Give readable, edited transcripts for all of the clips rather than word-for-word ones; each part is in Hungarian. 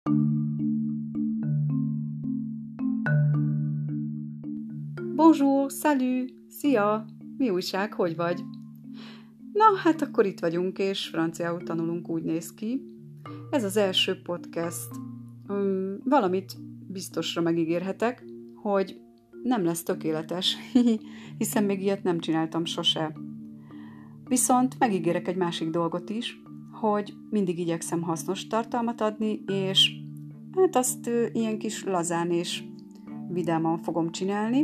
Bonjour, salut, szia, mi újság, hogy vagy? Na, hát akkor itt vagyunk, és franciául tanulunk, úgy néz ki. Ez az első podcast. Valamit biztosra megígérhetek, hogy nem lesz tökéletes, hiszen még ilyet nem csináltam sose. Viszont megígérek egy másik dolgot is, hogy mindig igyekszem hasznos tartalmat adni, és hát azt ilyen kis lazán és vidáman fogom csinálni.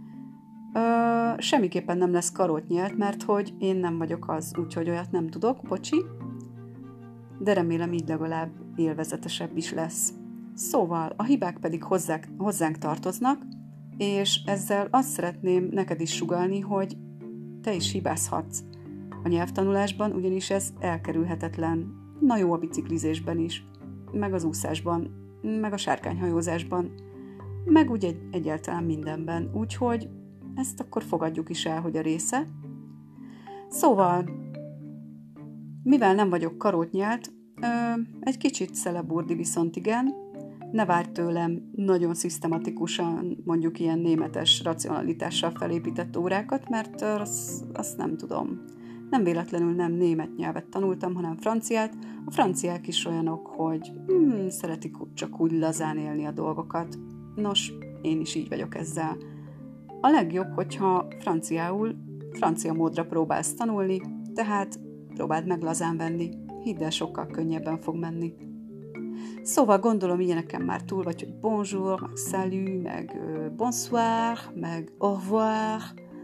Semmiképpen nem lesz karótnyelt, mert hogy én nem vagyok az, úgyhogy olyat nem tudok, bocsi, de remélem így legalább élvezetesebb is lesz. Szóval a hibák pedig hozzánk tartoznak, és ezzel azt szeretném neked is sugallni, hogy te is hibázhatsz a nyelvtanulásban, ugyanis ez elkerülhetetlen. Na jó, a biciklizésben is, meg az úszásban, meg a sárkányhajózásban, meg úgy egyáltalán mindenben, úgyhogy ezt akkor fogadjuk is el, hogy a része. Szóval, mivel nem vagyok karótnyelt, egy kicsit szeleburdi viszont igen, ne várj tőlem nagyon szisztematikusan, mondjuk ilyen németes racionalitással felépített órákat, mert azt nem tudom. Nem véletlenül nem német nyelvet tanultam, hanem franciát. A franciák is olyanok, hogy szeretik csak úgy lazán élni a dolgokat. Nos, én is így vagyok ezzel. A legjobb, hogyha francia módra próbálsz tanulni, tehát próbáld meg lazán venni, hidd el, sokkal könnyebben fog menni. Szóval gondolom, ilyeneken már túl vagy, hogy bonjour, meg salut, meg bonsoir, meg au revoir,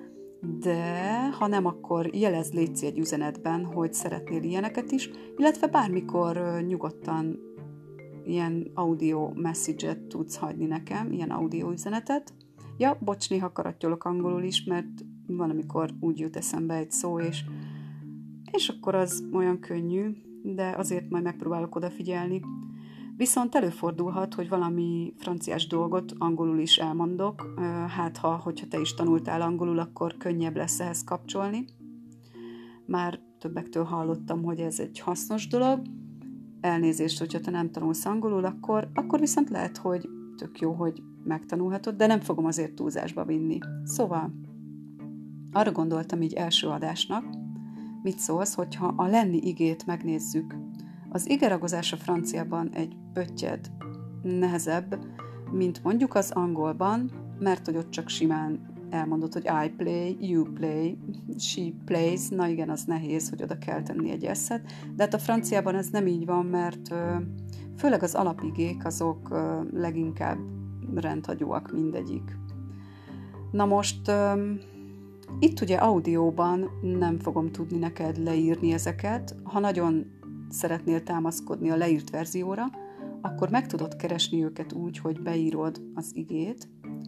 de ha nem, akkor jelezd légy egy üzenetben, hogy szeretnél ilyeneket is, illetve bármikor nyugodtan ilyen audio message-et tudsz hagyni nekem, ilyen audio üzenetet. Ja, bocs, néha karattyolok angolul is, mert van, amikor úgy jut eszembe egy szó, és akkor az olyan könnyű, de azért majd megpróbálok odafigyelni. Viszont előfordulhat, hogy valami franciás dolgot angolul is elmondok, hát hogyha te is tanultál angolul, akkor könnyebb lesz ehhez kapcsolni. Már többektől hallottam, hogy ez egy hasznos dolog. Elnézést, hogyha te nem tanulsz angolul, akkor viszont lehet, hogy tök jó, hogy megtanulhatod, de nem fogom azért túlzásba vinni. Szóval, arra gondoltam így első adásnak, mit szólsz, hogyha a lenni igét megnézzük. Az igeragozás a franciában egy pöttyed nehezebb, mint mondjuk az angolban, mert hogy ott csak simán elmondod, hogy I play, you play, she plays, na igen, az nehéz, hogy oda kell tenni egy eszet, de hát a franciában ez nem így van, mert főleg az alapigék azok leginkább rendhagyóak mindegyik. Na most itt ugye audióban nem fogom tudni neked leírni ezeket. Ha nagyon szeretnél támaszkodni a leírt verzióra, akkor meg tudod keresni őket úgy, hogy beírod az igét,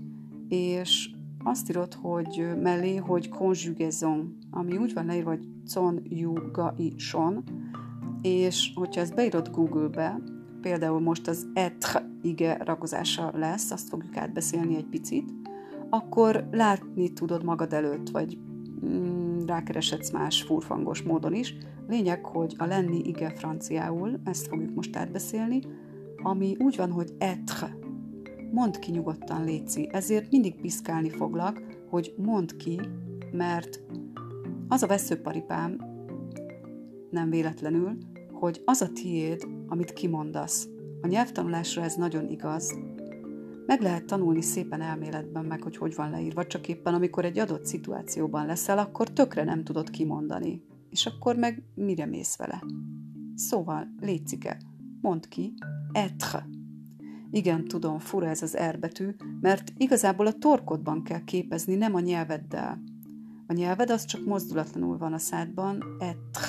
és azt írod, hogy mellé, hogy conjugaison, ami úgy van leírva, hogy conjugation, és hogyha ezt beírod Google-be, például most az être ige ragozása lesz, azt fogjuk átbeszélni egy picit, akkor látni tudod magad előtt, vagy rákeresedsz más furfangos módon is. Lényeg, hogy a lenni ige franciául, ezt fogjuk most átbeszélni, ami úgy van, hogy être. Mondd ki nyugodtan, léci. Ezért mindig piszkálni foglak, hogy mondd ki, mert az a veszőparipám, nem véletlenül, hogy az a tiéd, amit kimondasz. A nyelvtanulásra ez nagyon igaz. Meg lehet tanulni szépen elméletben meg, hogy van leírva, csak éppen amikor egy adott szituációban leszel, akkor tökre nem tudod kimondani. És akkor meg mire mész vele? Szóval, létszike, mondd ki, être. Igen, tudom, fura ez az R betű, mert igazából a torkodban kell képezni, nem a nyelveddel. A nyelved az csak mozdulatlanul van a szádban, être.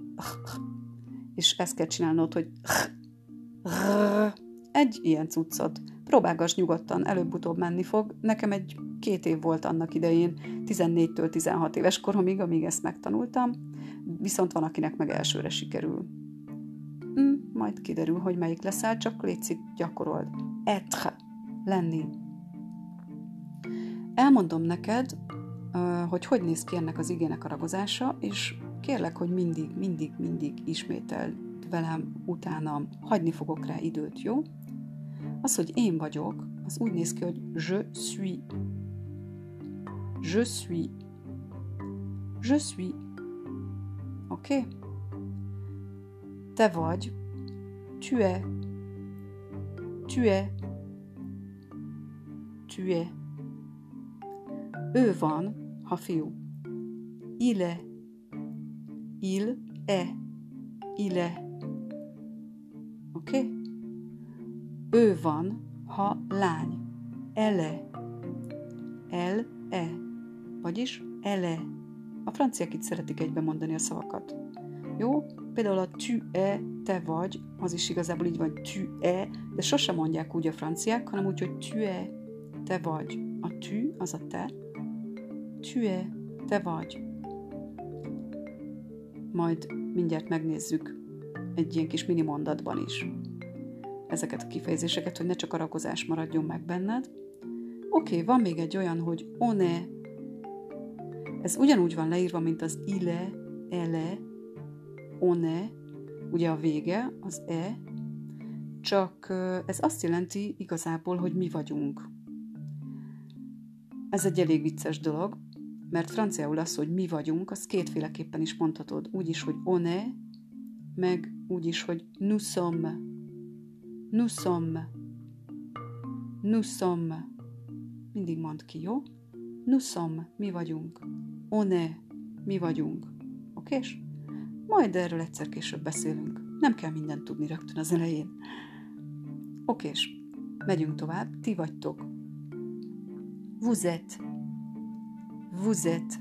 És ezt kell csinálnod, hogy egy ilyen cuccot. Próbálgass nyugodtan, előbb-utóbb menni fog. Nekem 2 év volt annak idején, 14-től 16 éves koromig, amíg ezt megtanultam, viszont van, akinek meg elsőre sikerül. Majd kiderül, hogy melyik leszel, csak létszik, gyakorold. Être, lenni. Elmondom neked, hogy néz ki ennek az igének a ragozása, és kérlek, hogy mindig ismételd velem, utánam, hagyni fogok rá időt, jó? Az, hogy én vagyok, az úgy néz ki, hogy je suis. Je suis. Je suis. Oké? Okay? Te vagy. Tu es. Tu es. Tu es. Ő van, ha fiú. Il est. Il est. Il est. Oké? Okay? Ő van, ha lány. Elle. Elle est. Vagyis elle. A franciák itt szeretik egybe mondani a szavakat. Jó? Például a tu es, te vagy, az is igazából így van, tu es, de sosem mondják úgy a franciák, hanem úgy, hogy tu es, te vagy. A tu, az a te. Tu es, te vagy. Majd mindjárt megnézzük egy ilyen kis mini mondatban is ezeket a kifejezéseket, hogy ne csak a rakozás maradjon meg benned. Oké, van még egy olyan, hogy on est. Ez ugyanúgy van leírva, mint az il est, elle est, on est, ugye a vége, az e, csak ez azt jelenti igazából, hogy mi vagyunk. Ez egy elég vicces dolog, mert franciául az, hogy mi vagyunk, azt kétféleképpen is mondhatod. Úgy is, hogy on est, meg úgy is, hogy nous sommes. Nous sommes. Nous sommes. Mindig mondd ki, jó? Nous sommes. Mi vagyunk. On est. Mi vagyunk. Okés? Majd erről egyszer később beszélünk. Nem kell mindent tudni rögtön az elején. Okés. Megyünk tovább. Ti vagytok. Vous êtes. Vous êtes.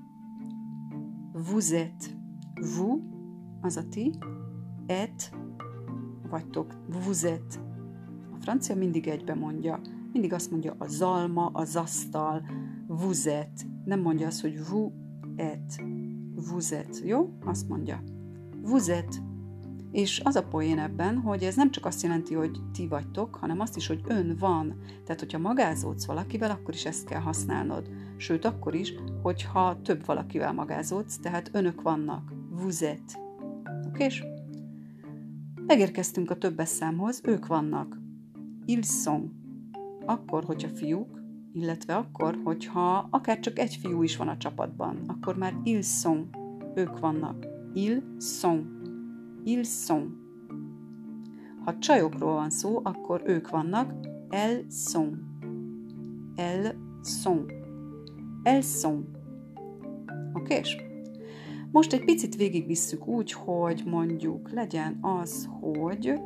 Vous êtes. Vous, az a ti. Et, vagytok. Vous êtes. A francia mindig egybe mondja. Mindig azt mondja az alma, az asztal. Vous êtes. Nem mondja azt, hogy vous êtes. Vous êtes. Jó? Azt mondja. Vous êtes. És az a poén ebben, hogy ez nem csak azt jelenti, hogy ti vagytok, hanem azt is, hogy ön van. Tehát, hogyha magázódsz valakivel, akkor is ezt kell használnod. Sőt, akkor is, hogyha több valakivel magázódsz, tehát önök vannak. Vous êtes. Okés? Megérkeztünk a többes számhoz, ők vannak. Ils sont. Akkor, hogyha fiúk, illetve akkor, hogyha akár csak egy fiú is van a csapatban, akkor már ils sont. Ők vannak. Ils sont. Ils sont. Ha csajokról van szó, akkor ők vannak. Elles sont. Elles sont. Elles sont. Okés? Most egy picit végigvisszük úgy, hogy mondjuk legyen az, hogy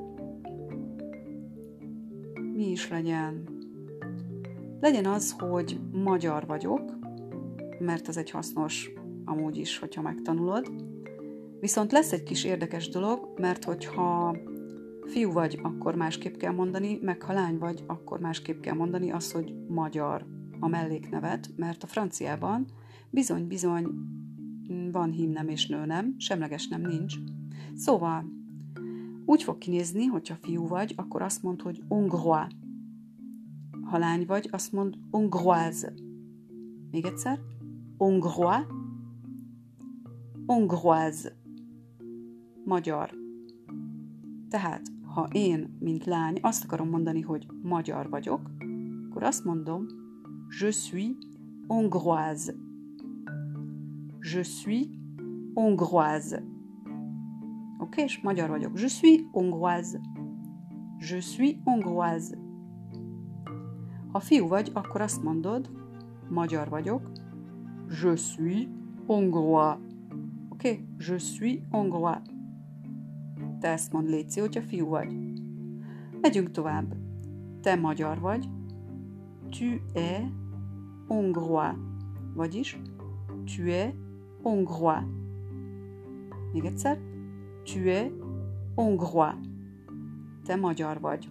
mi is legyen. Legyen az, hogy magyar vagyok, mert az egy hasznos amúgy is, hogyha megtanulod. Viszont lesz egy kis érdekes dolog, mert hogyha fiú vagy, akkor másképp kell mondani, meg ha lány vagy, akkor másképp kell mondani az, hogy magyar a melléknevet, mert a franciában bizony van hímnem és nőnem, semleges nem nincs. Szóval úgy fog kinézni, hogyha fiú vagy, akkor azt mond, hogy hongrois. Ha lány vagy, azt mond hongroise. Még egyszer. Hongrois. Hongroise. Magyar. Tehát, ha én, mint lány, azt akarom mondani, hogy magyar vagyok, akkor azt mondom, je suis hongroise. Je suis hongroise. Oké, és magyar vagyok. Je suis hongroise. Je suis hongroise. Ha fiú vagy, akkor azt mondod, magyar vagyok. Je suis hongrois. Oké? Je suis hongrois. Te ezt mondd, léci, hogyha fiú vagy. Megyünk tovább. Te magyar vagy. Tu es hongrois. Vagyis, tu es hongrois. Még egyszer. Tu es hongrois. Te magyar vagy.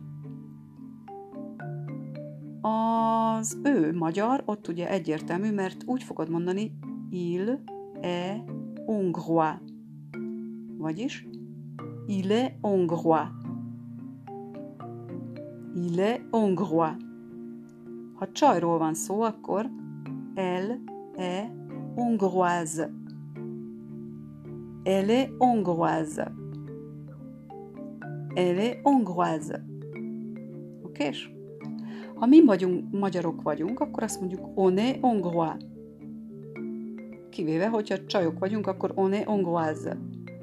Az ő magyar, ott ugye egyértelmű, mert úgy fogod mondani, il est hongrois. Vagyis, il est hongrois. Il est hongrois. Ha csajról van szó, akkor elle est hongroise. Elle est hongroise. Elle est hongroise. Okés? Ha mi magyarok vagyunk, akkor azt mondjuk on est hongrois. Kivéve, hogyha csajok vagyunk, akkor on est hongroise.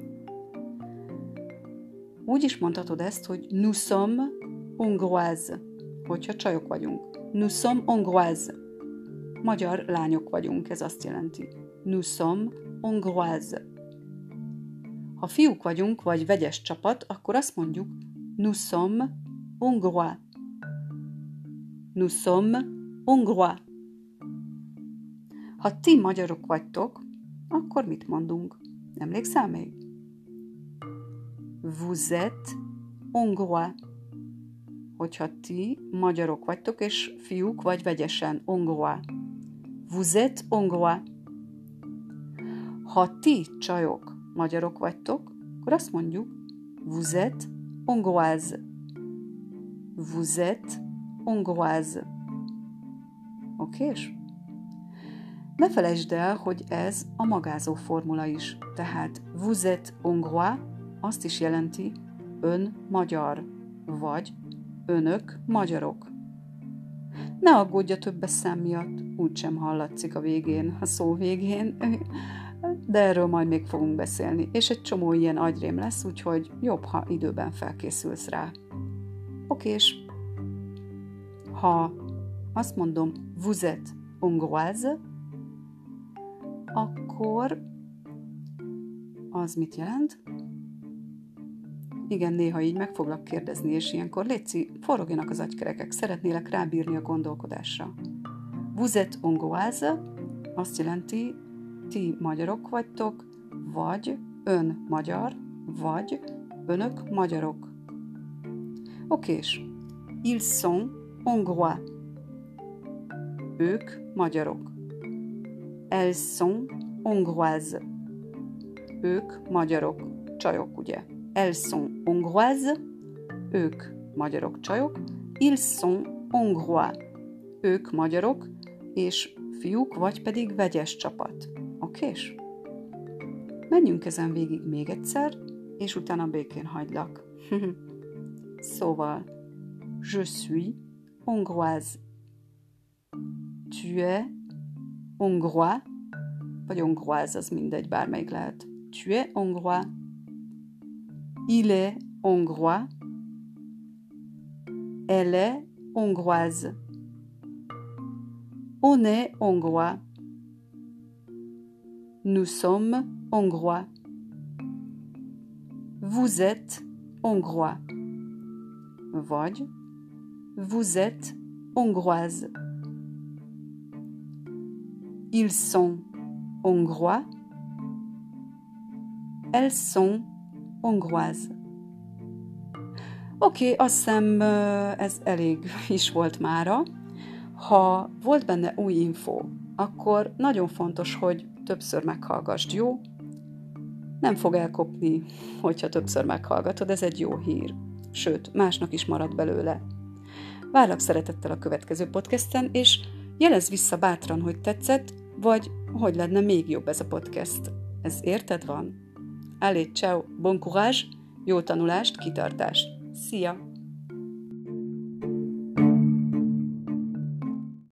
Úgy is mondhatod ezt, hogy nous sommes hongroise, hogyha csajok vagyunk. Nous sommes hongroise. Magyar lányok vagyunk, ez azt jelenti. Nous sommes hongroise. Ha fiúk vagyunk, vagy vegyes csapat, akkor azt mondjuk nous sommes hongrois. Nous sommes hongrois. Ha ti magyarok vagytok, akkor mit mondunk? Emlékszel még? Vous êtes hongrois. Hogyha ti magyarok vagytok, és fiúk vagy vegyesen, hongrois. Vous êtes hongrois. Ha ti csajok magyarok vagytok, akkor azt mondjuk vous êtes hongroise. Vous êtes hongroise. Okés? Ne felejtsd el, hogy ez a magázó formula is. Tehát vous êtes hongrois azt is jelenti ön magyar, vagy önök magyarok. Ne aggódj a többes szám miatt, úgysem hallatszik a végén, a szó végén, de erről majd még fogunk beszélni, és egy csomó ilyen agyrém lesz, úgyhogy jobb, ha időben felkészülsz rá. Okés? Ha azt mondom, vous êtes hongroise, akkor az mit jelent? Igen, néha így meg foglak kérdezni, és ilyenkor létszi, forogjanak az agykerekek, szeretnélek rábírni a gondolkodásra. Vous êtes hongroise azt jelenti, ti magyarok vagytok, vagy ön magyar, vagy önök magyarok. Okés. Ils sont hongrois. Ők magyarok. Elles sont hongroises. Ők magyarok, csajok, ugye? Elles sont hongroises. Ők magyarok, csajok. Ils sont hongrois. Ők magyarok, és fiúk, vagy pedig vegyes csapat. Okés? Menjünk ezen végig még egyszer, és utána békén hagylak. Szóval, je suis hongroise. Tu es hongrois, vagy hongroise, az mindegy, bármelyik lehet. Tu es hongrois. Il est hongrois. Elle est hongroise. On est hongrois. Nous sommes hongrois. Vous êtes hongrois. Vagy vous êtes hongroise. Ils sont hongrois. Elles sont hongroises. Oké, azt hiszem ez elég is volt mára. Ha volt benne új info, akkor nagyon fontos, hogy többször meghallgassd, jó? Nem fog elkopni, hogyha többször meghallgatod, ez egy jó hír. Sőt, másnak is marad belőle. Várlak szeretettel a következő podcasten, és jelezd vissza bátran, hogy tetszett, vagy hogy lenne még jobb ez a podcast. Ez érted van? Allez, ciao, bon courage, jó tanulást, kitartást. Szia!